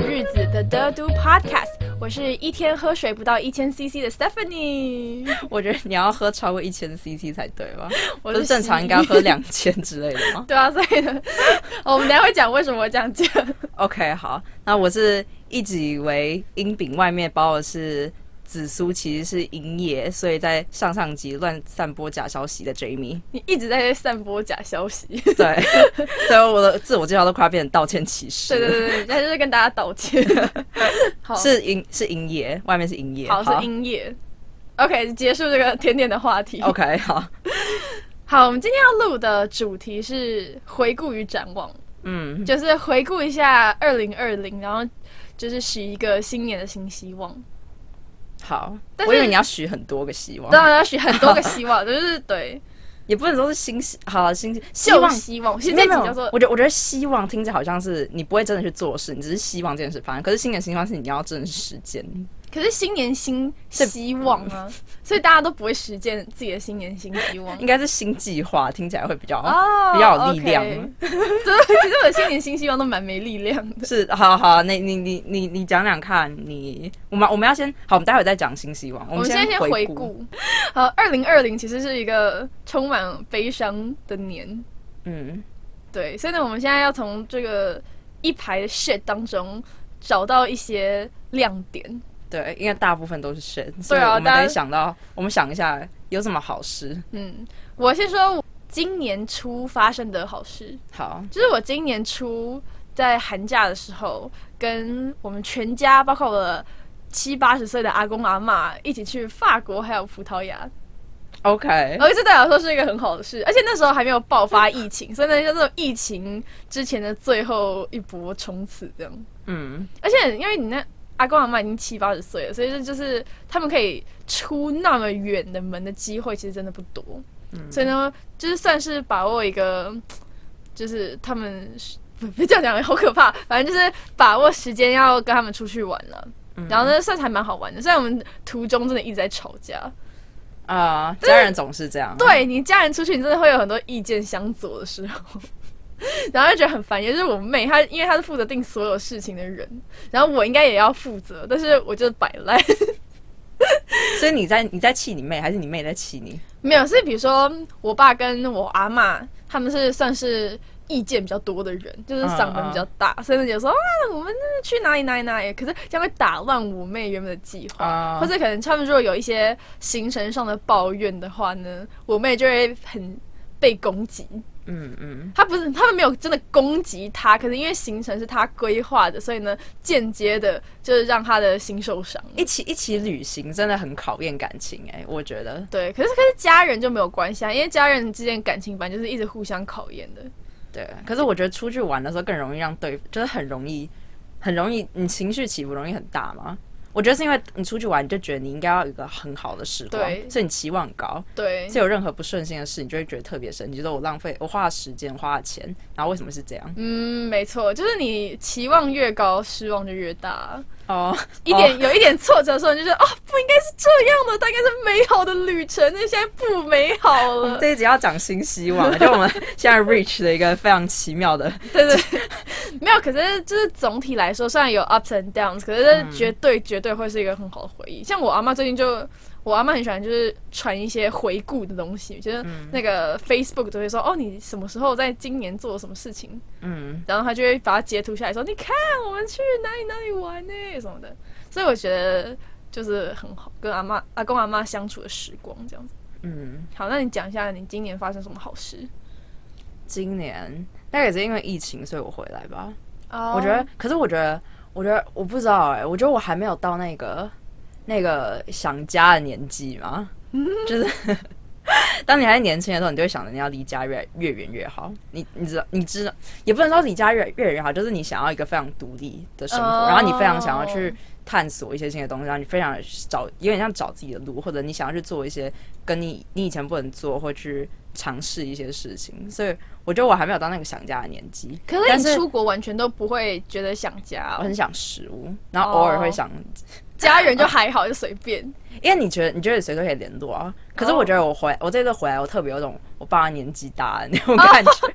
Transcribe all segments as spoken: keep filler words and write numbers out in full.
日子的 The Do Podcast， 我是一天喝水不到一千 C C 的 Stephanie。 我觉得你要喝超过一千 C C 才对吧？ 我是正常应该要喝两千之类的吗？ 对啊，所以呢，我们等一下会讲为什么我这样讲。 OK， 好，那我是一直以为鹰饼外面包的是紫苏，其实是鹰叶，所以在上上集乱散播假消息的 Jamie， 你一直在散播假消息。 对，所以我的自我介绍都快要变成道歉启事。 对对对，那就是跟大家道歉。好， 是鹰是鹰叶，外面是鹰叶， 好是鹰叶。OK， 结束这个甜点的话题。 OK， 好， 好，我们今天要录的主题是回顾与展望。嗯，就是回顾一下二零二零，然后就是许一个新年的新希望。 好，我以为你要许很多个希望， 当然要许很多个希望，就是对， 也不能说是新希，好新希望， 希望，其实这集叫做， 我觉得我觉得希望听起来好像是你不会真的去做事，你只是希望这件事发生，可是新年新希望是你要真的实践。 可是新年新希望啊，所以大家都不会实践自己的新年新希望， 应该是新计划，听起来会比较、 oh, 比较有力量。 Okay. 对，其实我的新年新希望都蛮没力量的。 是，好好，你你你你你讲讲看，你我们我们要先好，我们待会再讲新希望。我们先先回顾。好，二零二零其实是一个充满悲伤的年。嗯，对，所以呢，我们现在要从这个一排的 shit 当中找到一些亮点。 对，因为大部分都是 shit， 所以我们得想到，我们想一下有什么好事。嗯， 我先说今年初发生的好事。 好， 就是我今年初在寒假的时候，跟我们全家，包括我的七八十岁的阿公阿嬷一起去法国还有葡萄牙。 OK， 而这对我来说是一个很好的事，而且那时候还没有爆发疫情，所以呢，就是疫情之前的最后一波冲刺这样。嗯，而且因为你那。阿公阿嬷已经七八十岁了，所以就是他们可以出那么远的门的机会，其实真的不多。嗯，所以呢，就是算是把握一个，就是他们不不这样讲，好可怕。反正就是把握时间要跟他们出去玩了。嗯，然后呢，算是还蛮好玩的。虽然我们途中真的一直在吵架啊，呃，家人总是这样。 对你家人出去，你真的会有很多意见相左的时候。然后就觉得很烦，也就是我妹她，因为她是负责定所有事情的人，然后我应该也要负责，但是我就是摆烂。 所以你在你在气你妹，还是你妹在气你？ 没有，是比如说我爸跟我阿嬷，他们是算是意见比较多的人，就是嗓门比较大，嗯嗯，所以就说啊，我们去哪里哪里哪里，可是这样会打乱我妹原本的计划，嗯，或者可能他们如果有一些行程上的抱怨的话呢，我妹就会很被攻击。嗯嗯，他不是，他们没有真的攻击他，可是因为行程是他规划的，所以呢，间接的就是让他的心受伤。 一起一起旅行真的很考验感情哎，欸，我觉得。 对，可是可是家人就没有关系啊，因为家人之间感情本来就是一直互相考验的。 对，可是我觉得出去玩的时候更容易让对，就是很容易，很容易，你情绪起伏容易很大嘛。我觉得是因为你出去玩，你就觉得你应该要有一个很好的时光，所以你期望很高。 对， 所以有任何不顺心的事，你就会觉得特别生气，觉得我浪费，我花了时间，花了钱，然后为什么是这样？ 嗯，没错，就是你期望越高，失望就越大。哦，一哦点有一点挫折的时候，你就觉得哦，不应该是这样的，它应该是美好的旅程，那现在不美好了。 我们这一集要讲新希望，就我们现在 reach 的一个非常奇妙的， 对对，没有，可是就是总体来说，虽然有 ups and downs， 可是绝对、嗯、绝对会是一个很好的回忆。像我阿嬷最近就。我阿嬷很喜欢，就是传一些回顾的东西，就是那个 Facebook 都会说，哦，你什么时候在今年做了什么事情，嗯，然后他就会把它截图下来说，你看我们去哪里哪里玩呢什么的。所以我觉得就是很好，跟阿嬷、阿公阿嬷相处的时光这样子。嗯，好，那你讲一下你今年发生什么好事？ 今年大概也是因为疫情，所以我回来吧。哦，我觉得，可是我觉得，我觉得我不知道哎、欸，我觉得我还没有到那个。那个想家的年纪嘛，就是当你还年轻的时候，你就会想着你要离家越越远越好。你你知道，你知道，也不能说离家越越远越好，就是你想要一个非常独立的生活， oh. 然后你非常想要去探索一些新的东西，然后你非常找，有点像找自己的路，或者你想要去做一些跟你你以前不能做，或去尝试一些事情。所以我觉得我还没有到那个想家的年纪。 可是你出国完全都不会觉得想家、哦， 我很想食物，然后偶尔会想。Oh. 家人就还好，就随便。 因为你觉得你觉得随时可以联络啊，可是我觉得我回我这次回来，我特别有种我爸年纪大的那种感觉，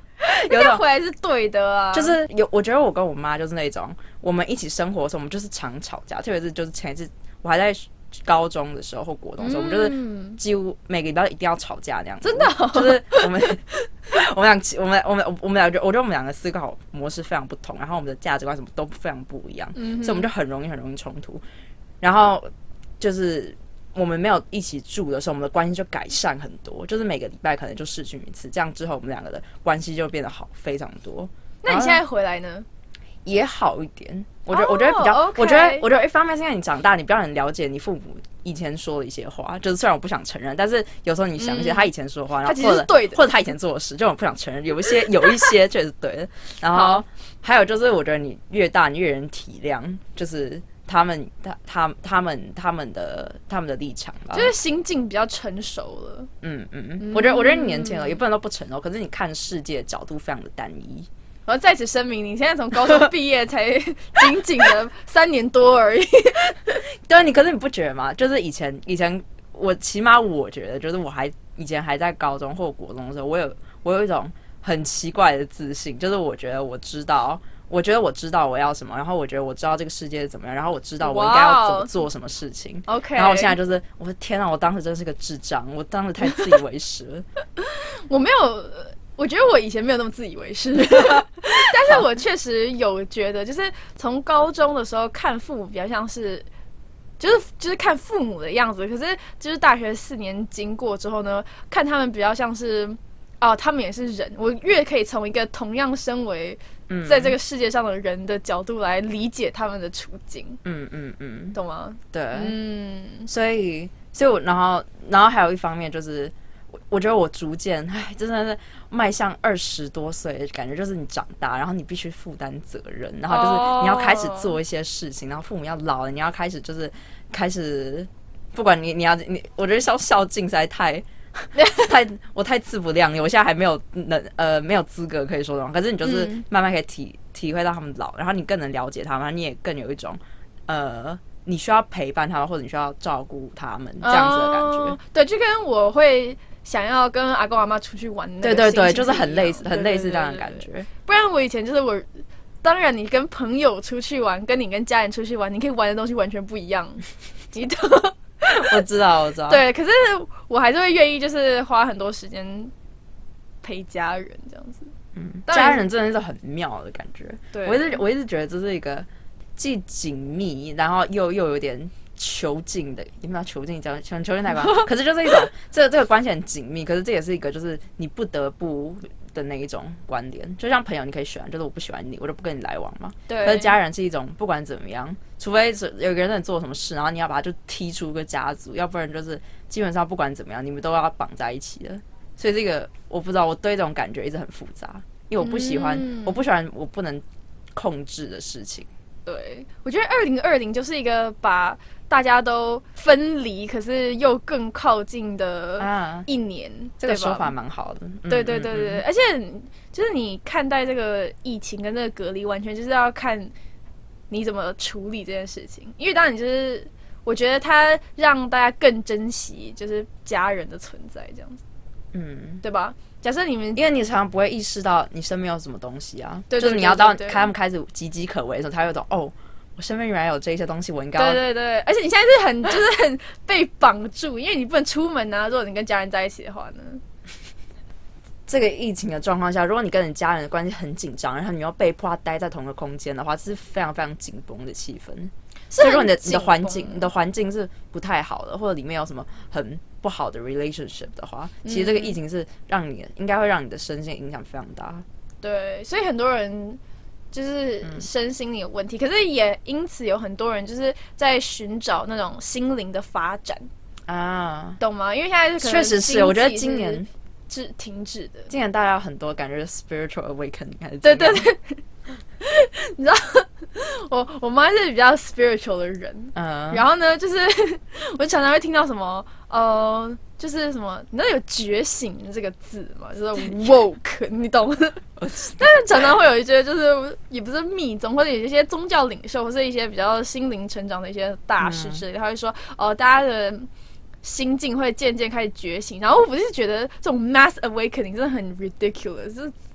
有种回来是对的啊。 就是有，我觉得我跟我妈就是那种，我们一起生活的时候，我们就是常吵架，特别是就是前一次我还在高中的时候或国中的时候，嗯、我们就是几乎每个礼拜一定要吵架那样子。 真的、哦， 就是我们我们俩我们我们我们俩，我觉得我们两个思考模式非常不同，然后我们的价值观什么都非常不一样，嗯、所以我们就很容易很容易冲突。然后就是我们没有一起住的时候，我们的关系就改善很多，就是每个礼拜可能就视讯一次，这样之后我们两个的关系就变得好非常多。 那你现在回来呢？ 也好一点，我觉得、oh, 我觉得比较， okay. 我觉得我觉得一方面是因为你长大，你比较能了解你父母以前说的一些话，就是虽然我不想承认，但是有时候你想一些他以前说的话，然后或者他其实是对的， 或者他以前做的事，就我不想承认，有一些有一些确实是对的。然后还有就是，我觉得你越大，你越能体谅，就是他们他他他们他们的他们的立场吧， 就是心境比较成熟了。 嗯嗯嗯，我觉得我觉得你年轻了，也不能说不成熟，可是你看世界的角度非常的单一。 我在此声明，你现在从高中毕业才仅仅的三年多而已。 对，你可是你不觉得吗？就是以前以前我起码我觉得，就是我还以前还在高中或国中的时候，我有我有一种很奇怪的自信，就是我觉得我知道，我觉得我知道我要什么，然后我觉得我知道这个世界是怎么样，然后我知道我应该要怎么做什么事情。 OK， 然后我现在就是，我的天啊，我当时真是个智障，我当时太自以为是了。 我没有。我觉得我以前没有那么自以为是，但是我确实有觉得，就是从高中的时候看父母比较像是，就是就是看父母的样子，可是就是大学四年经过之后呢，看他们比较像是，哦，他们也是人，我越可以从一个同样身为在这个世界上的人的角度来理解他们的处境。嗯嗯嗯，懂吗？ 对，嗯，所以所以我然后然后还有一方面就是。我觉得我逐渐，哎，真的是迈向二十多岁的感觉，就是你长大，然后你必须负担责任，然后就是你要开始做一些事情，然后父母要老了，你要开始就是开始，不管你你要你，我觉得孝孝敬实在太太我太自不量力，我现在还没有能呃没有资格可以说这种，可是你就是慢慢可以体体会到他们老，然后你更能了解他们，你也更有一种呃。你需要陪伴他们，或者你需要照顾他们，这样子的感觉。Oh, 对，就跟我会想要跟阿公阿妈出去玩的， 对对对，就是很类似，很类似这样的感觉。 不然我以前就是我，当然你跟朋友出去玩，跟你跟家人出去玩，你可以玩的东西完全不一样。你懂？ 我知道，我知道。 对，可是我还是会愿意，就是花很多时间陪家人这样子。 嗯，家人真的是很妙的感觉。 对， 我一直我一直觉得这是一个。既紧密，然后又又有点囚禁的，有没有囚禁？讲囚囚禁太广，可是就是一种这个这个关系很紧密，可是这也是一个就是你不得不的那一种关联。就像朋友，你可以选，就是我不喜欢你，我就不跟你来往嘛。 对。 可是家人是一种不管怎么样，除非有一个人在做什么事，然后你要把他就踢出个家族，要不然就是基本上不管怎么样，你们都要绑在一起的。所以这个我不知道，我对这种感觉一直很复杂，因为我不喜欢，嗯、我不喜欢我不能控制的事情。 对，我觉得二零二零就是一个把大家都分离，可是又更靠近的一年。啊、 这个说法蛮好的。 嗯、对对对对，嗯、而且就是你看待这个疫情跟这个隔离，完全就是要看你怎么处理这件事情。因为当然，就是我觉得它让大家更珍惜就是家人的存在，这样子。嗯，对吧？假设你们， 因为你常常不会意识到你身边有什么东西啊， 对对对对对， 就是你要到他们开始岌岌可危的时候，才会有种哦，我身边原来有这些东西，我应该对对对，而且你现在是很就是很被绑住，因为你不能出门啊。如果你跟家人在一起的话呢， 这个疫情的状况下，如果你跟你家人的关系很紧张，然后你要被迫待在同一个空间的话，这是非常非常紧绷的气氛。所以如果你的你的环境你的环境是不太好的，或者里面有什么很不好的 relationship 的话，其实这个疫情是让你应该会让你的身心影响非常大。 对，所以很多人就是身心灵有问题，嗯、可是也因此有很多人就是在寻找那种心灵的发展啊，懂吗？因为现在确实是，我觉得今年是停止的。 今年大家很多感觉 spiritual awakening 还是对对对。你知道我我妈是比较 spiritual 的人，嗯，然后呢，就是我常常会听到什么，呃，就是什么，你知道有觉醒这个字吗？就是 woke， 你懂？但是常常会有一些，就是也不是密宗，或者有一些宗教领袖，或是一些比较心灵成长的一些大师之类的，他会说，哦、呃，大家的心境会渐渐开始觉醒。然后我不是觉得这种 mass awakening 真的很 ridiculous， 就是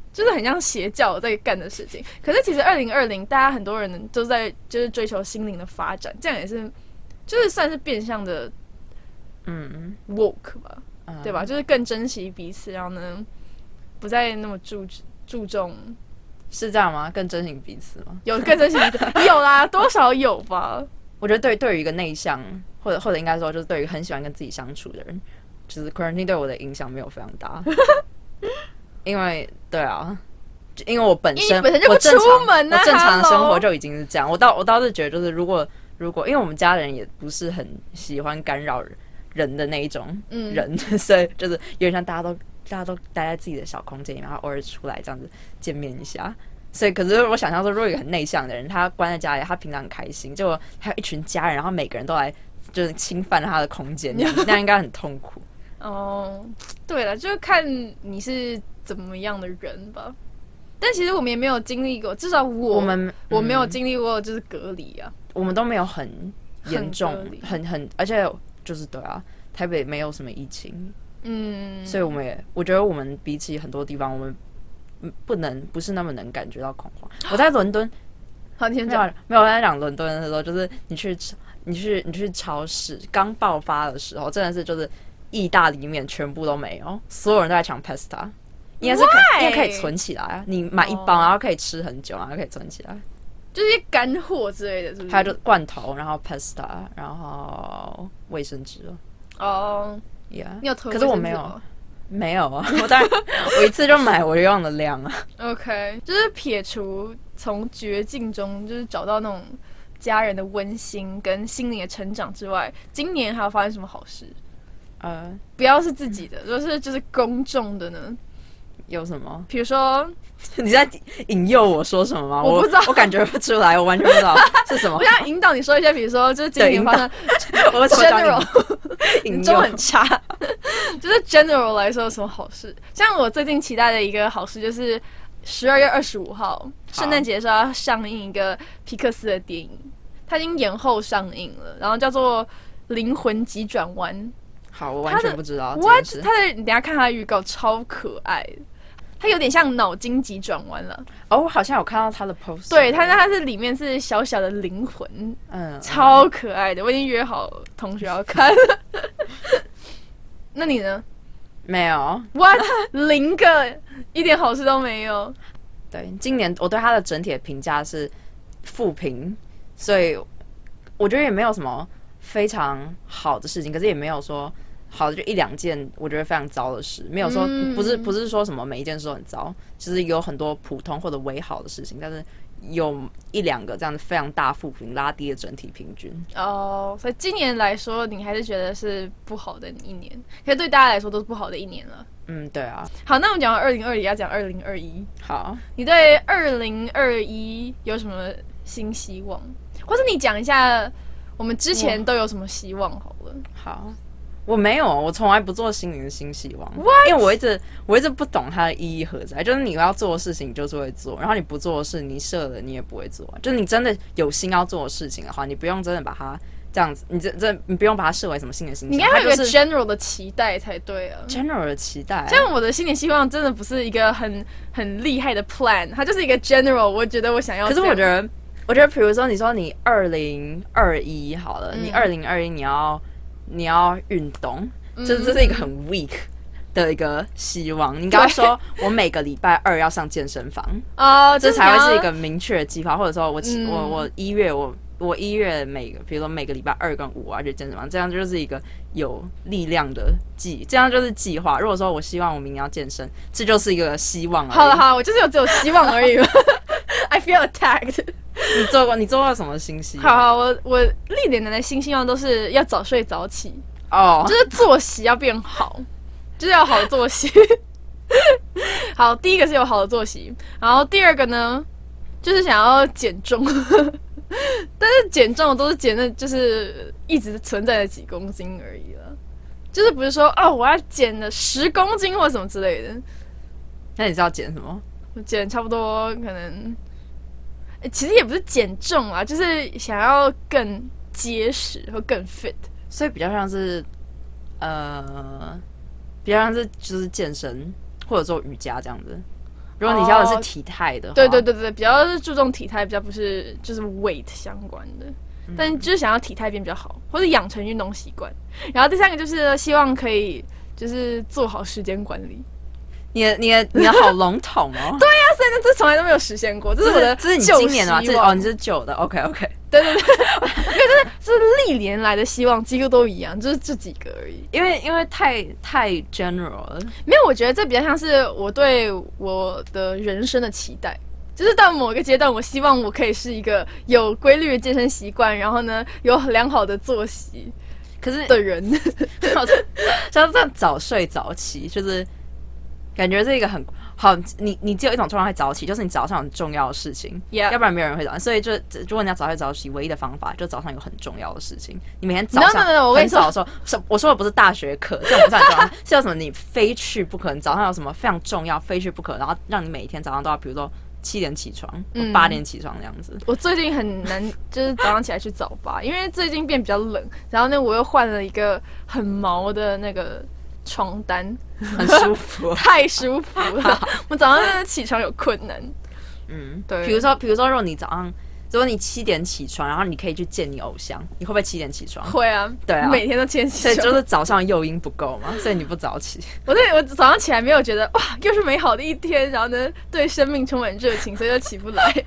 就是很像邪教在干的事情。可是其实二零二零，大家很多人都在就是追求心灵的发展，这样也是就是算是变相的，嗯 woke 吧，嗯、对吧？就是更珍惜彼此，然后呢，不再那么注注重。 是这样吗？更珍惜彼此吗？ 有更珍惜彼此，有啦，多少有吧。 我觉得对对于一个内向，或者或者应该说，就是对于很喜欢跟自己相处的人，就是 quarantine 对我的影响没有非常大。因为对啊，因为我本身本身就不出门啊， 我正常的生活就已经是这样。我倒我倒是觉得，就是如果如果因为我们家人也不是很喜欢干扰人的那一种人，嗯、所以就是有点像大家都。大家都待在自己的小空间里面，然后偶尔出来这样子见面一下。所以，可是我想象说，如果一个很内向的人，他关在家里，他平常很开心，结果还有一群家人，然后每个人都来就是侵犯他的空间，那样应该很痛苦。 哦，对了，就是看你是怎么样的人吧。但其实我们也没有经历过，至少我我们、嗯、 我没有经历过就是隔离啊， 我们都没有很严重，很很，而且就是对啊，台北没有什么疫情。嗯，所以我们也，我觉得我们比起很多地方，我们不能不是那么能感觉到恐慌。我在伦敦， 好，你先讲。 没有，我在讲伦敦的时候，就是你去你去你去超市刚爆发的时候，真的是就是意大利面全部都没有，所有人都在抢 pasta， 应该是可以，因为可以存起来啊，你买一包，然后可以吃很久，然后可以存起来， 就是一些干货之类的，是不是？ 还有就罐头，然后 pasta， 然后卫生纸哦。 Yeah. 你有投？ 可是我没有，没有啊！我当然，我一次就买我用的量啊。 OK， 就是撇除从绝境中就是找到那种家人的温馨跟心灵的成长之外，今年还有发生什么好事？呃，不要是自己的，如果是就是公众的呢？ 有什么？ 比如说， 你在引诱我说什么吗？ 我不知道， 我, 我感觉不出来，我完全不知道是什么。 我想引导你说一下，比如说，就是今年发生 general， 你中文很差，就是 general 来说有什么好事？像我最近期待的一个好事，就是十二月二十五号圣诞节的时候要上映一个皮克斯的电影，它已经延后上映了，然后叫做《灵魂急转弯》。 好，我完全不知道。 What？ 他的你等一下看他的预告，超可爱的。它有点像脑筋急转弯了。 哦，我好像有看到他的 post。 对，它它是里面是小小的灵魂，嗯，超可爱的。我已经约好同学要看了。那你呢？ 没有。 What？ 零个，一点好事都没有。 对，今年我对他的整体的评价是负评，所以我觉得也没有什么非常好的事情，可是也没有说。好的，就一两件我觉得非常糟的事，没有说不是不是说什么每一件事都很糟，其实有很多普通或者微好的事情，但是有一两个这样子非常大负评，拉低了整体平均。 哦，所以今年来说，你还是觉得是不好的一年，可是对大家来说都是不好的一年了。 嗯，对啊。 好，那我们讲完二零二零，要讲二零二一。 好， 你对二零二一有什么新希望，或者你讲一下我们之前都有什么希望好了。 好。我没有，我从来不做心灵的新希望 What? 因为我一直我一直不懂它的意义何在。就是你要做的事情，你就是会做，然后你不做的事，你设了你也不会做。就是你真的有心要做的事情的话，你不用真的把它这样子，你这这你不用把它视为什么新的新希望。 你应该有一个 general 的期待才对啊 ，general 的期待。 像我的新年希望真的不是一个很很厉害的 plan， 它就是一个 general。我觉得我想要。 可是我觉得，我觉得，比如说你说你二零二一好了，嗯、你二零二一你要你要运动。就是这是一个很 weak 的一个希望，你应该说我每个礼拜二要上健身房哦，这才会是一个明确的计划，或者说我、嗯、我我一月我我一月每个，比如说每个礼拜二跟五啊去健身房，这样就是一个有力量的计，这样就是计划。如果说我希望我明年要健身，这就是一个希望而已。 好了好，我就是有只有希望而已。I feel attacked。 你做过你做过什么新希望？ 好好，我我历年来的新希望都是要早睡早起。 哦， oh. 就是作息要变好，就是要好的作息。好，第一个是有好的作息，然后第二个呢，就是想要减重。但是减重都是减的，就是一直存在的几公斤而已了，就是不是说哦我要减了十公斤或什么之类的。 那你知道减什么？ 我减差不多可能，欸、其实也不是减重啊，就是想要更结实或更 fit。 所以比较像是，呃，比较像是就是健身或者做瑜伽这样子。 如果你要的是体态的话， 对对对对，比较是注重体态，比较不是就是 weight 相关的。但就是想要体态变比较好，或者养成运动习惯。然后第三个就是希望可以就是做好时间管理。 你的你的你的好笼统哦。 对呀、啊，所以呢，这从来都没有实现过。这是我的这是你今年的吗？这哦，你是旧的。OK OK。 对对对，因为这是历年来的希望，几乎都一样，就是这几个而已。 因为因为太太 general 了。 没有，我觉得这比较像是我对我的人生的期待。就是到某一个阶段，我希望我可以是一个有规律的健身习惯，然后呢有良好的作息， 可是的人， 像这样早睡早起，就是感觉是一个很好。你你只有一种状况会早起，就是你早上有重要的事情， yeah. 要不然没有人会早起。所以就如果你要早睡早起，唯一的方法就早上有很重要的事情。你每天早上 no, no, no, 我跟你说很早的时候，我说的不是大学课，这种不是很重要，是有什么你非去不可。你早上有什么非常重要，非去不可，然后让你每天早上都要，比如说。七点起床，八点起床这样子。 我最近很难，就是早上起来去早八，因为最近变比较冷，然后呢，我又换了一个很毛的那个床单， 很舒服， 太舒服了。我早上起床有困难。 嗯，对。比如说，比如说，如果你早上，如果你七点起床，然后你可以去见你偶像，你会不会七点起床？ 会啊， 对啊， 每天都七点起床。 所以就是早上诱因不够嘛，所以你不早起。 我对我早上起来没有觉得哇，又是美好的一天，然后呢，对生命充满热情，所以就起不来。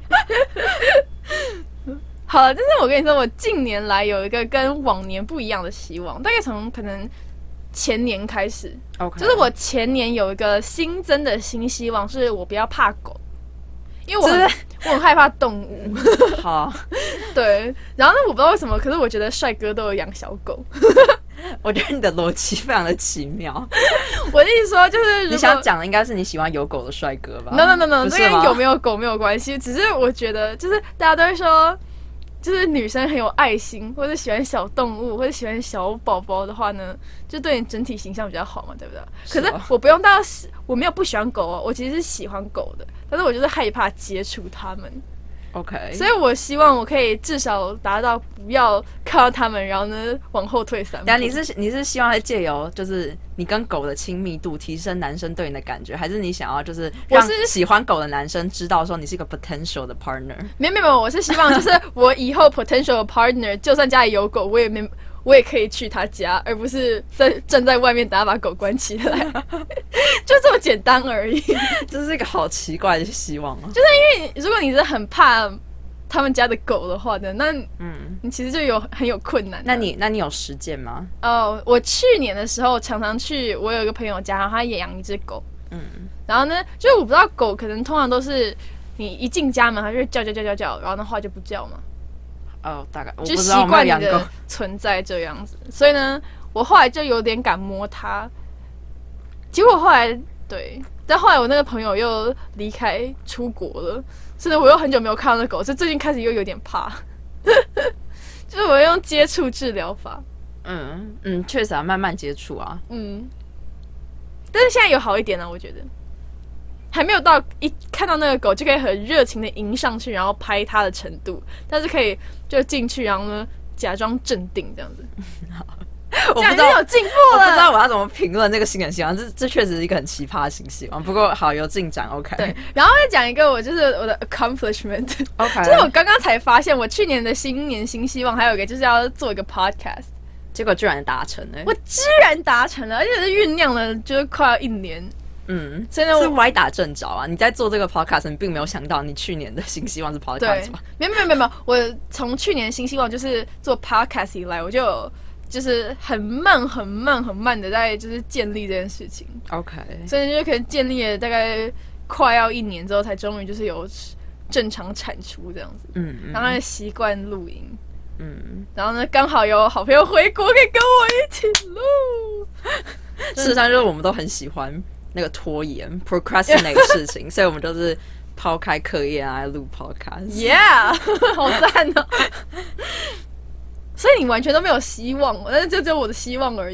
好了，但是我跟你说，我近年来有一个跟往年不一样的希望，大概从可能前年开始， okay. 就是我前年有一个新增的新希望，是我不要怕狗。因为我很我很害怕动物， 好， 对，然后呢，我不知道为什么，可是我觉得帅哥都有养小狗， 我觉得你的逻辑非常的奇妙。 我的意思说，就是你想讲的应该是你喜欢有狗的帅哥吧 ？No No No No， 这跟有没有狗没有关系，只是我觉得，就是大家都会说，就是女生很有爱心，或者喜欢小动物，或者喜欢小宝宝的话呢，就对你整体形象比较好嘛，对不对？可是我不用到，我没有不喜欢狗哦，我其实是喜欢狗的，但是我就是害怕接触它们。 OK， 所以我希望我可以至少达到不要看到他们，然后呢往后退三步。 但你是你是希望借由就是你跟狗的亲密度提升男生对你的感觉，还是你想要就是让喜欢狗的男生知道说你是一个 potential 的 partner？ 没有没有，我是希望就是我以后 potential 的 partner， 就算家里有狗，我也没。我也可以去他家，而不是在站在外面等他把狗关起来，就这么简单而已。 这是一个好奇怪的希望啊！ 就是因为如果你是很怕他们家的狗的话呢，那嗯，你其实就有很有困难。 那你那你有实践吗？ 哦，我去年的时候常常去，我有一个朋友家，然后他也养一只狗，嗯，然后呢，就是我不知道狗可能通常都是你一进家门，它就会叫叫叫叫叫，然后那话就不叫嘛。 哦，大概我就习惯你的存在这样子，所以呢，我后来就有点敢摸它。结果后来对，但后来我那个朋友又离开出国了，所以我又很久没有看到那狗，所以最近开始又有点怕。就是我用接触治疗法， 嗯嗯，确实啊，慢慢接触啊， 嗯。但是现在有好一点了，我觉得。还没有到一看到那个狗就可以很热情的迎上去，然后拍它的程度，但是可以就进去，然后呢假装镇定这样子。 我不知道有进步了， 我不知道我要怎么评论这个新的希望，这这确实是一个很奇葩的新希望。不过好有进展 ，OK。 对，然后再讲一个我就是我的 accomplishment，OK， 就是我刚刚才发现，我去年的新年新希望还有一个就是要做一个 podcast， 结果居然达成了， 我居然达成了，而且是酝酿了就是快要一年。 嗯，真的是歪打正着啊！你在做这个 podcast， 你并没有想到你去年的新希望是 podcast 吧？ 没有没有没有，我从去年新希望就是做 podcast 以来，我就有就是很慢很慢很慢的在就是建立这件事情。 OK， 所以就可能建立了大概快要一年之后，才终于就是有正常产出这样子。嗯嗯，然后习惯录音。嗯，然后呢，刚好有好朋友回国，可以跟我一起录。 事实上，就是我们都很喜欢那个拖延 procrastinate 的事情，所以我们就是抛开课业来录 podcast。Yeah， 好赞哦！所以你完全都没有希望，但是就只有我的希望而已。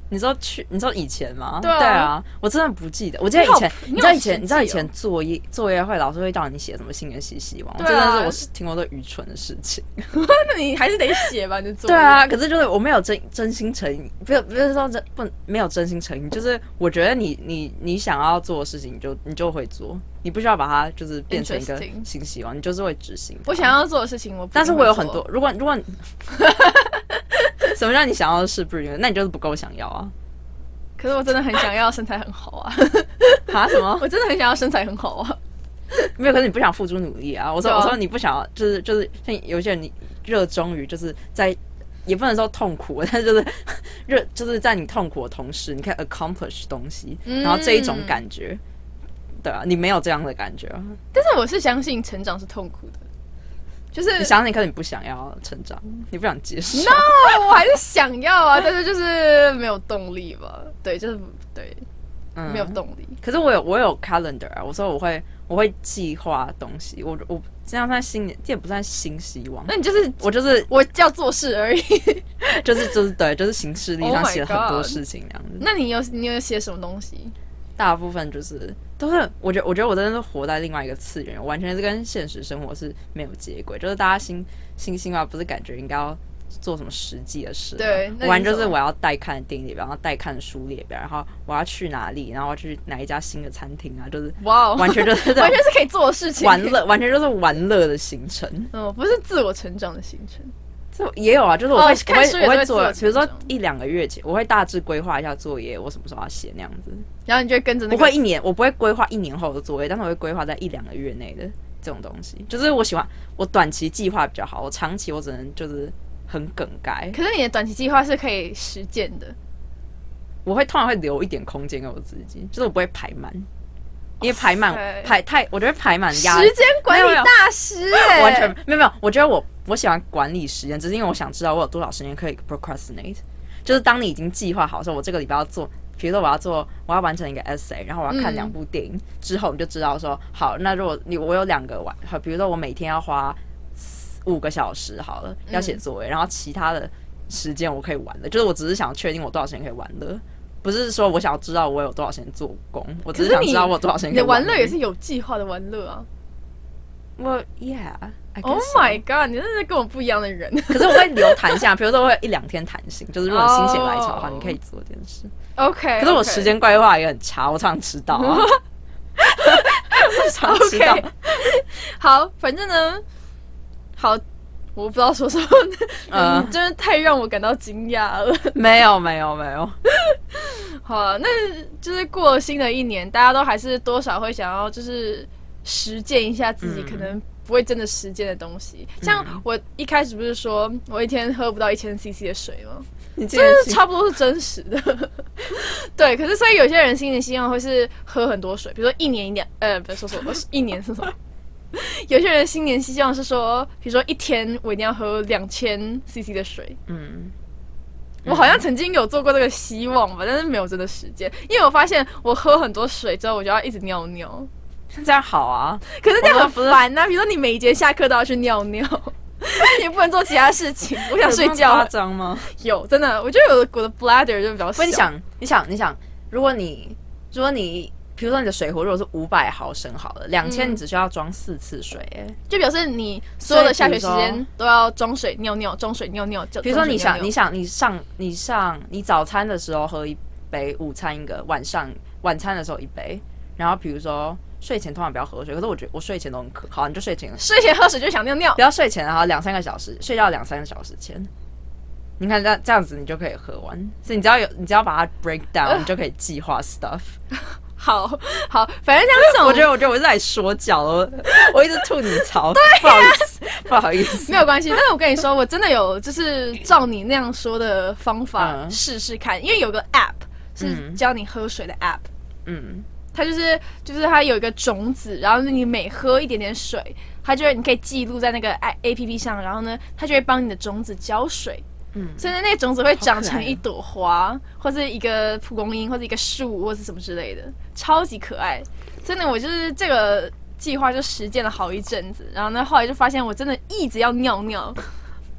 你知道去，你知道以前吗？ 对啊， 对啊，我真的不记得。我记得以前，你, 你知道以前，你知道以前作业作业会老师会叫你写什么新年新希望，啊、真的是我听过最愚蠢的事情。 那你还是得写吧，你作业。 对啊，可是就是我没有真真心诚意，不是不是说真不没有真心诚意，就是我觉得你你你想要做的事情，你就你就会做，你不需要把它就是变成一个新希望，你就是会执行。 我想要做的事情，我不但是我有很多，如果如果什么叫你想要的事不是？那你就是不够想要啊。 可是我真的很想要身材很好啊！ 啊什么？ 我真的很想要身材很好啊！ 没有，可是你不想付出努力啊！我说、啊、我说你不想要，就是就是像有些人你热衷于就是在也不能说痛苦，但是就是热就是在你痛苦的同时，你可以 accomplish 东西，嗯、然后这一种感觉，对啊，你没有这样的感觉啊。 但是我是相信成长是痛苦的。就是你相信，可是你不想要成长，你不想接受。 No， 我还是想要啊，但是就是没有动力吧。对，就是对，嗯、没有动力。 可是我有我有 calendar 啊，我说我会我会计划东西，我我这样算新年，这也不算新希望。 那你就是我就是我要做事而已， 就是就是对，就是行事历上写了很多事情这样子。 那你有你有写什么东西？ 大部分就是都是，我觉得我觉得我真的是活在另外一个次元，完全是跟现实生活是没有接轨。就是大家新新希望不是感觉应该要做什么实际的事， 对， 我完全就是我要带看的电影列表，然后带看的书列表，然后我要去哪里，然后我要去哪一家新的餐厅啊，就是哇，完全就是完全是可以做的事情， 玩乐，完全就是玩乐的行程， 嗯，不是自我成长的行程。 也有啊，就是我会、哦、 我会我会做，比如说一两个月前，我会大致规划一下作业，我什么时候要写那样子。 然后你就会跟着那个， 不会一年，我不会规划一年后的作业，但是我会规划在一两个月内的这种东西。就是我喜欢我短期计划比较好，我长期我只能就是很梗概。 可是你的短期计划是可以实践的， 我会通常会留一点空间给我自己，就是我不会排满。因为排满、oh, 排太，我觉得排满压时间管理大师哎、欸， 完全没有没有。我觉得我我喜欢管理时间，只是因为我想知道我有多少时间可以 procrastinate。就是当你已经计划好说，我这个礼拜要做，比如说我要做，我要完成一个 essay， 然后我要看两部电影、嗯、之后，你就知道说，好，那如果你我有两个晚，比如说我每天要花五个小时好了，要写作业、嗯，然后其他的时间我可以玩的，就是我只是想确定我多少时间可以玩的。不是说我想要知道我有多少时间做工，我只是想知道我有多少时间可以玩乐。 你的玩乐也是有计划的玩乐啊。 我 yeah。Oh my god！ 你真的是跟我不一样的人。 可是我会留弹性，比如说我会一两天弹性，就是如果你心血来潮的话， oh. 你可以做这件事。 OK。 可是我时间规划也很差，我常常迟到啊。我常常迟到。 Okay. 好，反正呢，好。我不知道说什么，嗯，真的太让我感到惊讶了。 没有，没有，没有。 好啊，那就是过了新的一年，大家都还是多少会想要就是实践一下自己可能不会真的实践的东西。嗯、像我一开始不是说我一天喝不到一千 C C 的水吗？这是差不多是真实的。对，可是所以有些人新年希望会是喝很多水，比如说一年一年，呃，不是说说一年是什么？有些人新年希望是说，比如说一天我一定要喝两千 C C 的水。嗯，我好像曾经有做过这个希望吧，但是没有真的实践，因为我发现我喝很多水之后，我就要一直尿尿。 这样好啊， 可是这样很烦啊！比如说你每一节下课都要去尿尿，也不能做其他事情。我想睡觉。 夸张吗？ 有，真的，我觉得我的我的 bladder 就比较小。 你想，你想，你想，如果你如果你。比如说你的水壶如果是五百毫升好了，两千你只需要装四次水、欸嗯， 就表示你所有的下学时间都要装水尿尿，装水尿尿。 比如说你想，你想，你上，你上，你早餐的时候喝一杯，午餐一个，晚上晚餐的时候一杯，然后比如说睡前通常不要喝水，可是我觉得我睡前都很渴，好，你就睡前睡前喝水就想尿尿， 不要睡前，然后两三个小时，睡觉两三个小时前。你看这样这样子，你就可以喝完。所以你只要有，你只要把它 break down，、呃、你就可以计划 stuff。 好好，反正像这种， 我觉得我觉得我是来说教了，我一直吐你槽，对、啊，不好意思，不好意思， 没有关系。但是我跟你说，我真的有就是照你那样说的方法试试看、嗯，因为有个 app 是教你喝水的 app， 嗯，它就是就是它有一个种子，然后你每喝一点点水，它就会你可以记录在那个 A P P 上，然后呢，它就会帮你的种子浇水。嗯，所以那个种子会长成一朵花，或是一个蒲公英，或者一个树，或是什么之类的，超级可爱。真的，我就是这个计划就实践了好一阵子，然后呢，后来就发现我真的一直要尿尿，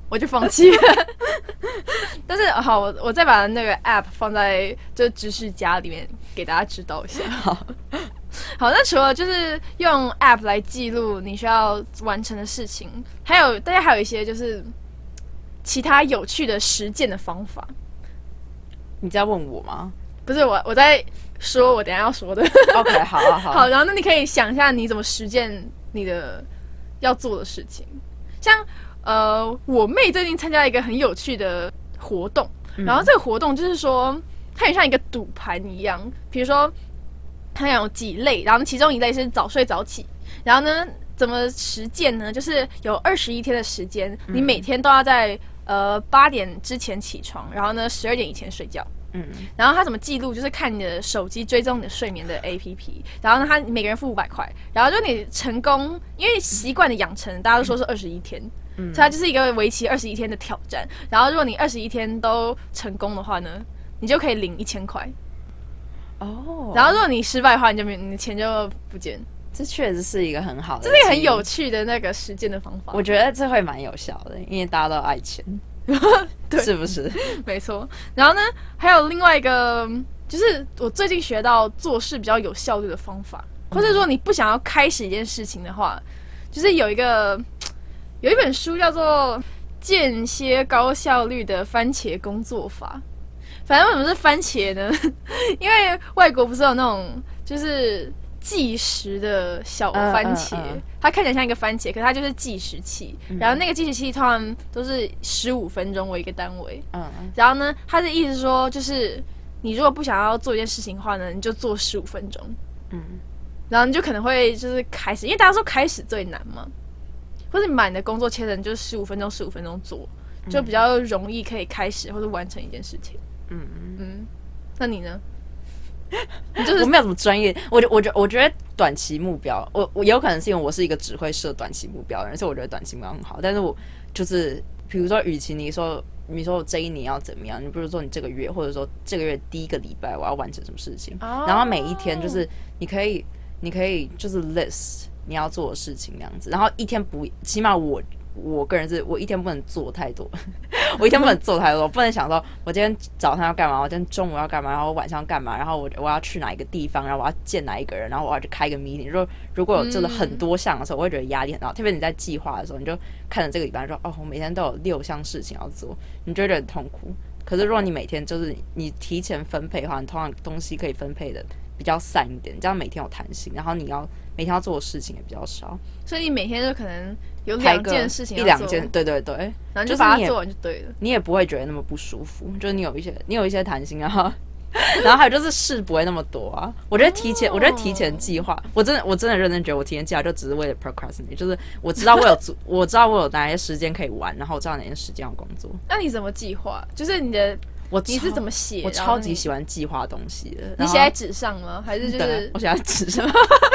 我就放弃了。但是好，我我再把那个 app 放在就知识家里面给大家知道一下。好，好，那除了就是用 app 来记录你需要完成的事情，还有大家还有一些就是其他有趣的实践的方法。 你在问我吗？ 不是我，我在说我等一下要说的。 OK， 好啊好。 好，然后那你可以想一下你怎么实践你的要做的事情。像呃，我妹最近参加一个很有趣的活动，嗯、然后这个活动就是说，它很像一个赌盘一样，比如说它有几类，然后其中一类是早睡早起，然后呢，怎么实践呢？就是有二十一天的时间，你每天都要在呃八点之前起床，然后呢十二点以前睡觉。嗯，然后他怎么记录？就是看你的手机追踪你的睡眠的 A P P， 然后呢，他每个人付五百块，然后就你成功，因为习惯的养成，大家都说是二十一天，嗯，所以它就是一个为期二十一天的挑战。然后如果你二十一天都成功的话呢，你就可以领一千块。哦，然后如果你失败的话，你就没你的钱就不见。 这确实是一个很好的， 这是一个很有趣的那个实践的方法。 我觉得这会蛮有效的，因为大家都爱钱。对，是不是？ 没错。然后呢，还有另外一个，就是我最近学到做事比较有效率的方法，或者说你不想要开始一件事情的话，就是有一个有一本书叫做《间歇高效率的番茄工作法》。反正为什么是番茄呢？因为外国不是有那种就是计时的小番茄， uh, uh, uh. 它看起来像一个番茄，可是它就是计时器。嗯、然后那个计时器通常都是十五分钟为一个单位。嗯、uh. 然后呢，它的意思是说，就是你如果不想要做一件事情的话呢，你就做十五分钟。嗯。然后你就可能会就是开始，因为大家说开始最难嘛，或者你把你的工作切成就是十五分钟、十五分钟做，就比较容易可以开始或者完成一件事情。嗯嗯。那你呢？ 就是我没有什么专业，我我觉我觉得短期目标，我我有可能是因为我是一个只会设短期目标的人，所以我觉得短期目标很好。但是我就是比如说，与其你说你说我这一年要怎么样，你不如说你这个月，或者说这个月第一个礼拜我要完成什么事情， oh. 然后每一天就是你可以你可以就是 list 你要做的事情那样子，然后一天不起码我。我个人是我一天不能做太多，我一天不能做太多，我不能想说我今天早上要干嘛，我今天中午要干嘛，然后我晚上要干嘛，然后我我要去哪一个地方，然后我要见哪一个人，然后我要去开一个 meeting。如果如果有真的很多项的时候，我会觉得压力很大。特别你在计划的时候，你就看着这个礼拜说，哦，我每天都有六项事情要做，你就会觉得很痛苦。可是如果你每天就是你提前分配的话，你通常东西可以分配的比较散一点，这样每天有弹性，然后你要每天要做的事情也比较少。 所以你每天就可能有两件事情要做， 一两件，对对对， 然后就把它做完就对了。 你也, 你也不会觉得那么不舒服，就是你有一些你有一些弹性，然后然后还有就是事不会那么多啊。我觉得提前，哦、我觉得提前计划，我真的我真的认真觉得我提前计划就只是为了 procrastinate， 就是我知道我有我知道我有哪些时间可以玩，然后我知道哪些时间要工作。 那你怎么计划？就是你的。 我你是怎么写？ 我超级喜欢计划东西的。 你写在纸上吗？还是就是我写在纸上？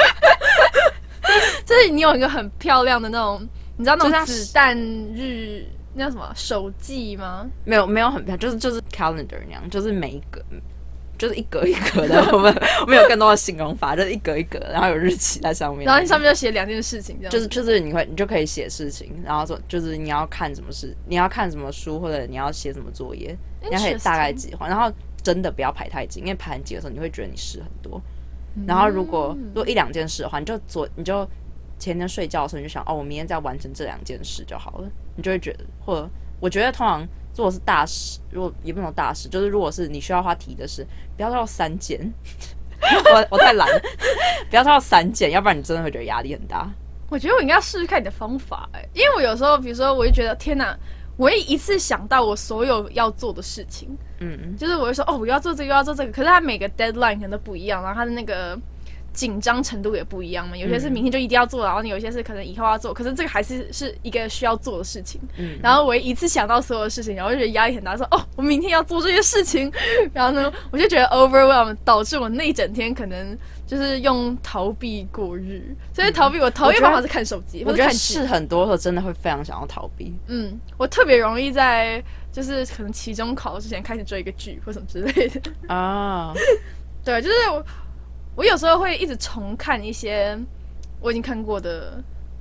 就是你有一个很漂亮的那种，你知道那种子弹日那叫什么手记吗？ 没有，没有很漂亮，就是就是 calendar 那样，就是每一个就是一格一格的。我们我们有更多的形容法，就是一格一格，然后有日期在上面， 然后你上面就写两件事情，这样就是就是你会你就可以写事情，然后说就是你要看什么事，你要看什么书，或者你要写什么作业。你可以大概计划，然后真的不要排太紧，因为排很紧的时候，你会觉得你事很多。然后如果如果一两件事的话，你就昨你就前天睡觉的时候，你就想哦，我明天再完成这两件事就好了。你就会觉得，或者我觉得通常如果是大事，如果也不能大事，就是如果是你需要花体力的事，不要到三件。我我太懒了，不要到三件，要不然你真的会觉得压力很大。 我觉得我应该要试试看你的方法、欸，因为我有时候，比如说，我会觉得天哪。我会一次想到我所有要做的事情，嗯，就是我会说哦，我要做这个，又要做这个，可是它每个 deadline 可能都不一样，然后它的那个紧张程度也不一样嘛。有些是明天就一定要做，然后你有些是可能以后要做，可是这个还是是一个需要做的事情。嗯，然后我一次想到所有的事情，然后就觉得压力很大，说哦，我明天要做这些事情，然后呢，我就觉得 overwhelm， 导致我那一整天可能就是用逃避过日。所以逃避我逃避方法是看手机， 我觉得事很多的时候真的会非常想要逃避。 嗯，我特别容易在就是可能期中考之前开始追一个剧或什么之类的啊。对，就是我。我有时候会一直重看一些我已经看过的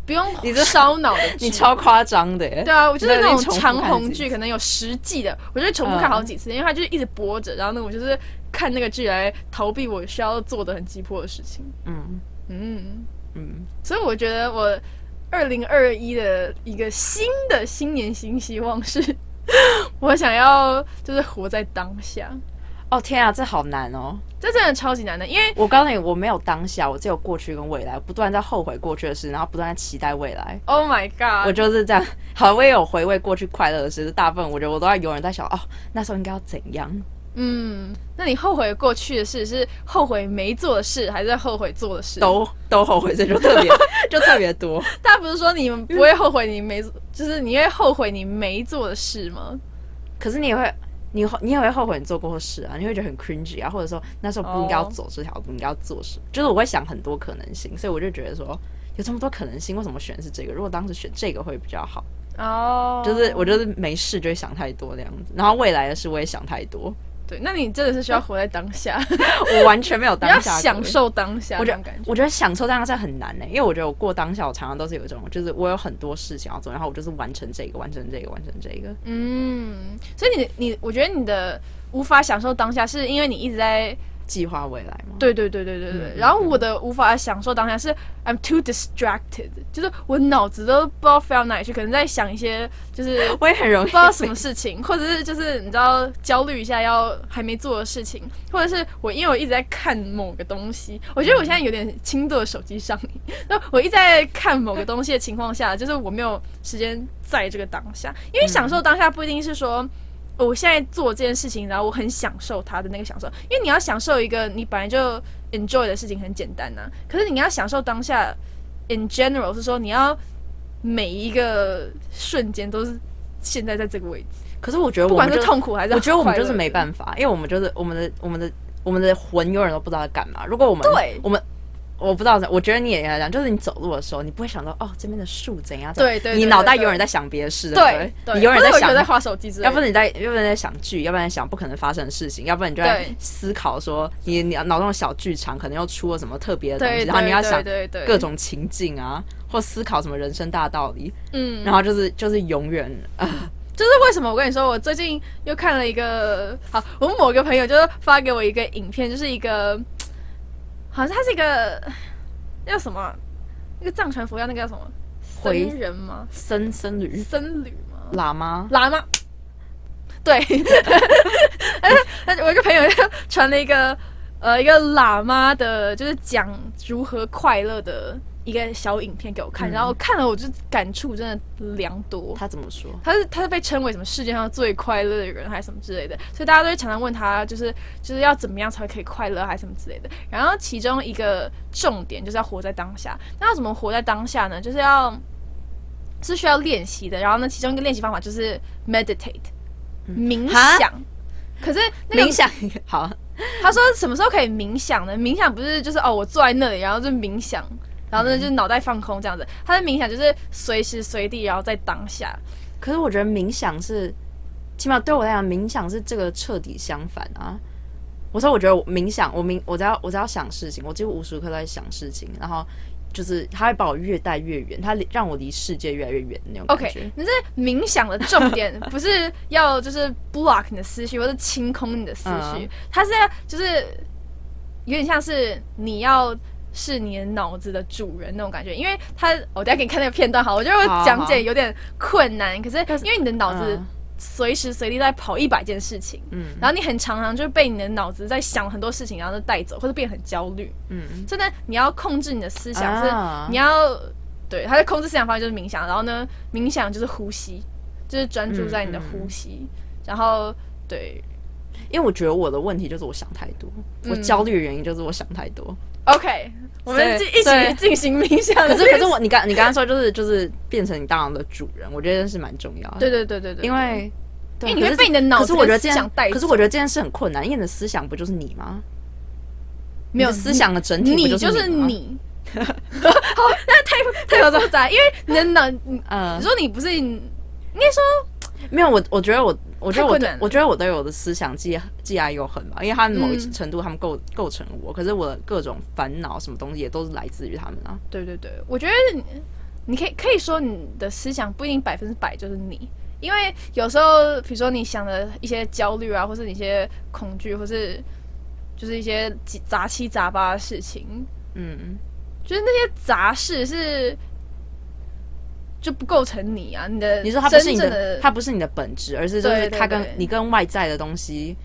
不用烧脑的剧， 你超夸张的耶。 对啊，我就是那种长红剧，可能有十季的，我就会重复看好几次，嗯、因为它就是一直播着，然后呢，我就是看那个剧来逃避我需要做的很急迫的事情。嗯嗯嗯，所以我觉得我二零二一的一个新的新年新希望是，我想要就是活在当下。 哦天啊，这好难哦！ 这真的超级难的，因为我告诉你，我没有当下，我只有过去跟未来，不断在后悔过去的事，然后不断在期待未来。 Oh my god！ 我就是这样。好，我也有回味过去快乐的事，大部分我觉得我都在有人在想，哦，那时候应该要怎样。 嗯，那你后悔过去的事是后悔没做的事，还是后悔做的事？ 都都后悔，这就特别就特别多。 大家不是说你们不会后悔你没，就是你会后悔你没做的事吗？ 可是你也会。你你也会后悔你做过的事啊，你会觉得很 cringy 啊，或者说那时候不应该要走这条路， oh. 应该要做什么？就是我会想很多可能性，所以我就觉得说有这么多可能性，为什么选的是这个？如果当时选这个会比较好哦。Oh. 就是我就是没事就会想太多这样子，然后未来的事我也想太多。 对，那你真的是需要活在当下。 我完全没有当下， 要享受当下。 我觉得，我觉得享受当下很难呢、欸，因为我觉得我过当下，我常常都是有一种，就是我有很多事情要做，然后我就是完成这个，完成这个，完成这个。嗯， 所以你你，我觉得你的无法享受当下，是因为你一直在计划未来吗？ 对对对对对对。嗯、然后我的无法享受当下是 I'm too distracted， 就是我脑子都不知道飞到哪里去，可能在想一些就是我也很容易不知道什么事情，或者是就是你知道焦虑一下要还没做的事情，或者是我因为我一直在看某个东西，我觉得我现在有点轻度的手机上瘾，那我一直在看某个东西的情况下，就是我没有时间在这个当下，因为享受当下不一定是说。我现在做这件事情，然后我很享受它的那个享受，因为你要享受一个你本来就 enjoy 的事情很简单呐、啊，可是你要享受当下 in general 是说你要每一个瞬间都是现在在这个位置。 可是我觉得我们不管是痛苦还是我觉得我们就是没办法，因为我们就是我们的我们的我们的魂永远都不知道在干嘛。如果我们对我们。我不知道，我觉得你也来讲，就是你走路的时候，你不会想到哦，这边的树怎样？ 对 对, 对， 你脑袋永远在想别的事，对不对？ 对， 你永远在想， 在滑手机之类的， 要不然你在，要不然在想剧，要不然在想不可能发生的事情，要不然你就在思考说你你脑中的小剧场可能又出了什么特别的东西，然后你要想各种情境啊，或思考什么人生大道理，嗯，然后就是就是永远啊。呃就是为什么我跟你说，我最近又看了一个，好，我某个朋友就是发给我一个影片，就是一个，好像他是一个。那叫什么？那个藏传佛教那个叫什么？僧人吗？ 僧僧侣？ 僧侣吗？ 喇嘛？ 喇嘛？对。我一个朋友传了一个呃一个喇嘛的，就是讲如何快乐的一个小影片给我看，嗯、然后看了我就感触真的良多。 他怎么说？ 他是他是被称为什么世界上最快乐的人，还是什么之类的，所以大家都会常常问他，就是就是要怎么样才可以快乐，还是什么之类的。然后其中一个重点就是要活在当下。那要怎么活在当下呢？就是要是需要练习的。然后呢，其中一个练习方法就是 meditate， 冥想。可是那个冥想好， 他说什么时候可以冥想呢？冥想不是就是哦，我坐在那里，然后就冥想。然后呢，就是脑袋放空这样子。他的冥想就是随时随地，然后在当下。 可是我觉得冥想是，起码对我来讲，冥想是这个彻底相反啊。我说，我觉得我冥想，我冥，我只要我只要想事情，我几乎无时无刻都在想事情，然后就是他会把我越带越远，他让我离世界越来越远的那种感觉。 OK， 那这冥想的重点不是要就是 block 你的思绪，或是清空你的思绪，嗯、它是就是有点像是你要。是你的脑子的主人那种感觉，因为他，我等一下给你看那个片段好，我觉得我讲解有点困难，可是因为你的脑子随时随地在跑一百件事情，嗯，然后你很常常就被你的脑子在想很多事情，然后就带走，或者变得很焦虑，嗯，所以呢，你要控制你的思想，是你要对，他在控制思想方面就是冥想，然后呢，冥想就是呼吸，就是专注在你的呼吸，嗯嗯、然后对， 因为我觉得我的问题就是我想太多，嗯、我焦虑的原因就是我想太多。 OK， 我们一起进行冥想。 可是，可是我，你刚你刚刚说就是就是变成你大脑的主人，我觉得是蛮重要的。 对对对对对， 因为因为你会被你的脑子跟思想带走。 可是我觉得这件事很困难，因为你的思想不就是你吗？没有思想的整体不就是你吗？ 你就是你。好，那太太复杂，因为你的脑，呃，你说你不是，应该说没有我，我觉得我。我觉得我，我觉得我对我的思想既既爱又恨吧，因为他们某一程度他们构构成我，可是我的各种烦恼什么东西也都是来自于他们啊。 对对对，我觉得你可以可以说你的思想不一定百分之百就是你，因为有时候比如说你想的一些焦虑啊，或是你一些恐惧，或是就是一些杂七杂八的事情，嗯，就是那些杂事是就不构成你啊，你的你说它不是你的，它不是你的本质，而是就是它跟你跟外在的东西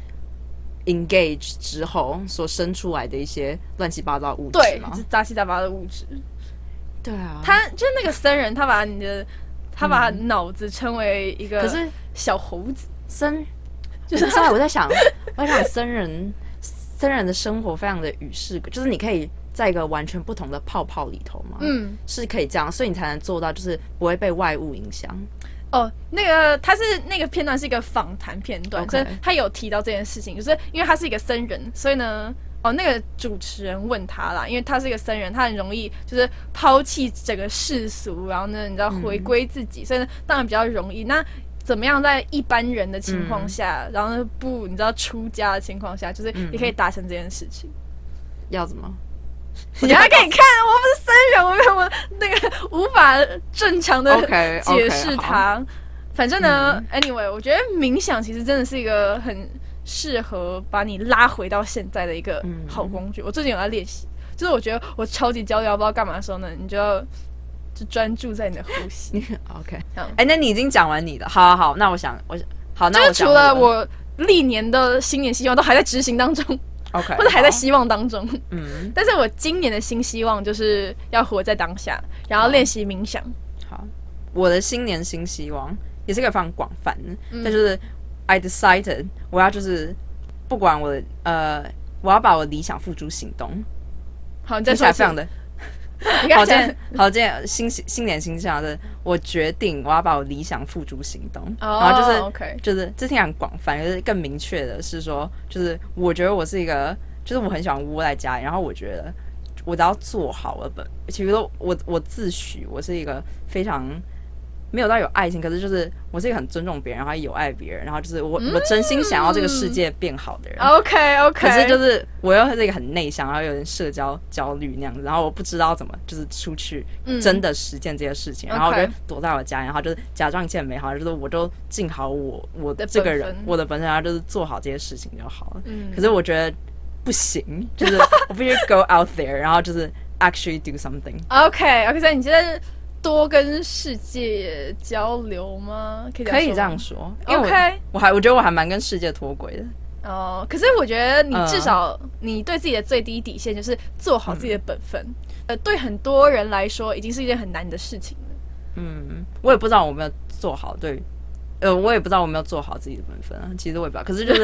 engage 之后所生出来的一些乱七八糟物质嘛， 对，杂七杂八的物质。 对啊， 他就是那个僧人，他把你的他把脑子称为一个可是小猴子僧，就是我在想，我在想僧人僧人的生活非常的与世隔，就是你可以在一个完全不同的泡泡里头嘛，嗯，是可以这样，所以你才能做到，就是不会被外物影响。 哦，那个他是那个片段是一个访谈片段， okay. 所以他有提到这件事情，就是因为他是一个僧人，所以呢。哦，那个主持人问他啦，因为他是一个僧人，他很容易就是抛弃整个世俗，然后呢，你知道回归自己，嗯、所以呢，当然比较容易。那怎么样在一般人的情况下，嗯、然后呢不你知道出家的情况下，就是也可以达成这件事情？ 要怎么？ 我给你看，我不是僧人，我没有那个无法正常的解释它。Okay, okay, 反正呢、嗯、，anyway， 我觉得冥想其实真的是一个很。适合把你拉回到现在的一个好工具。嗯、我最近有在练习，就是我觉得我超级焦虑，不知道干嘛的时候呢，你就要就专注在你的呼吸。 OK， 哎、欸，那你已经讲完你的，好好好，那我想，我好，那我就是除了我历年的新年希望都还在执行当中 ，OK， 或者还在希望当中，嗯，但是我今年的新希望就是要活在当下，然后练习冥想。 好，我的新年新希望也是一个非常广泛的，嗯、但就是。I decided 我要就是不管我的呃，我要把我的理想付诸行动。 好，你再说一次。 非常的好，今天好，今天新新年新希望的，我决定我要把我理想付诸行动。Oh, 然后就是、 okay. 就是这听起来很广泛，就是更明确的是说，就是我觉得我是一个，就是我很喜欢窝在家里，然后我觉得我只要做好我的本，其实我我自诩我是一个非常。没有到有爱心，可是就是我是一个很尊重别人，然后有爱别人，然后就是我、嗯、我真心想要这个世界变好的人。 OK OK。 可是就是我又是一个很内向，然后有点社交焦虑那样子，然后我不知道怎么就是出去真的实践这些事情，嗯、然后我就躲在我家，然后就是假装一切美好，就是我就尽好我我这个人我的本身，然后就是做好这些事情就好了。嗯、可是我觉得不行，就是我必须 go out there， 然后就是 actually do something。 OK OK， 所以你觉得？多跟世界交流吗？可以这样说吗？ 可以这样说。因为我 OK， 我还我觉得我还蛮跟世界脱轨的。 哦，可是我觉得你至少你对自己的最低底线就是做好自己的本分。嗯、呃，对很多人来说，已经是一件很难的事情了。 嗯，我也不知道我没有做好。对，呃，我也不知道我没有做好自己的本分啊。其实我也不知道，可是就是，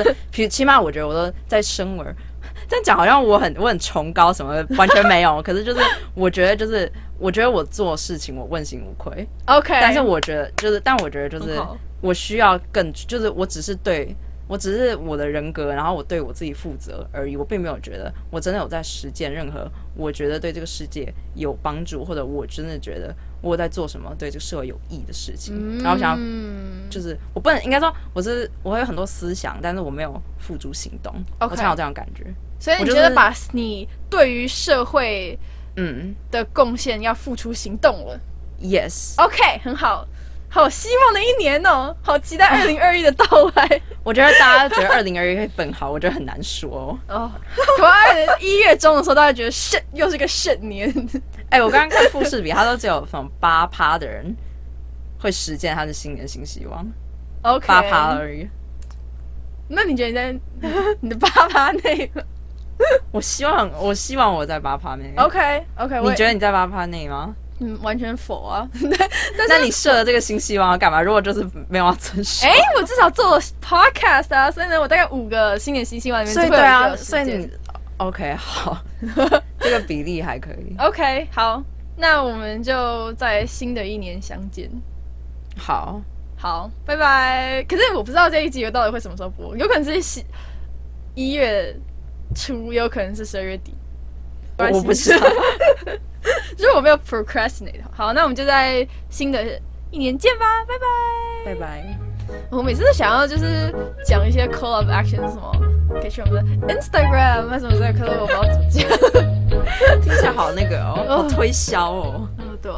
起码我觉得我都在生而。这样讲好像我很我很崇高什么的，完全没有。可是就是我觉得就是我觉得我做事情我问心无愧。 OK， 但是我觉得就是，但我觉得就是我需要更，就是我只是对我只是我的人格，然后我对我自己负责而已。我并没有觉得我真的有在实践任何我觉得对这个世界有帮助，或者我真的觉得我在做什么对这个社会有益的事情。嗯、然后我想要就是我不能应该说我是我会有很多思想，但是我没有付诸行动。Okay. 我才有这样的感觉。 所以你觉得把你对于社会嗯的贡献要付出行动了 ？Yes。OK， 很好，好希望的一年哦，好期待二零二一的到来。 我觉得大家觉得二零二一会更好，我觉得很难说哦。 哦，我一月中的时候，大家觉得圣又是个圣年。 哎、欸，我刚刚看富士比，他都只有什么八趴的人会实践他的新年新希望。 OK， 八趴而已。 那你觉得你在你的八趴内？ 我希望，我希望我在八趴内。 OK OK， 你觉得你在八趴内吗？ 嗯，完全否啊！ 但那你设了这个新希望要干嘛？如果就是没有要遵守， 哎、欸，我至少做了 podcast 啊，所以呢，我大概五个新年新希望里面， 所以对啊，所以你 OK 好，这个比例还可以。 OK 好，那我们就在新的一年相见。 好， 好，拜拜。可是我不知道这一集到底会什么时候播，有可能是一月初，有可能是十二月底。 我不知道。 如果我没有 procrastinate， 好，那我们就在新的一年见吧，拜拜， 拜拜。 我每次都想要就是讲一些 call of action 什么，可以去我们的 Instagram 啊什么之类的，可是我不知道怎么讲， 听起来好那个哦，好推销哦。 嗯，对啊。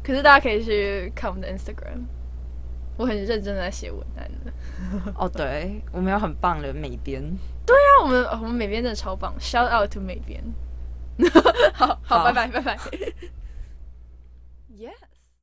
可是大家可以去看我们的 Instagram， 我很认真的在写文案的。 哦，对，我们有很棒的美编。 对啊，我们我们美编真的超棒 ，shout out to 美编。好好，拜拜拜拜。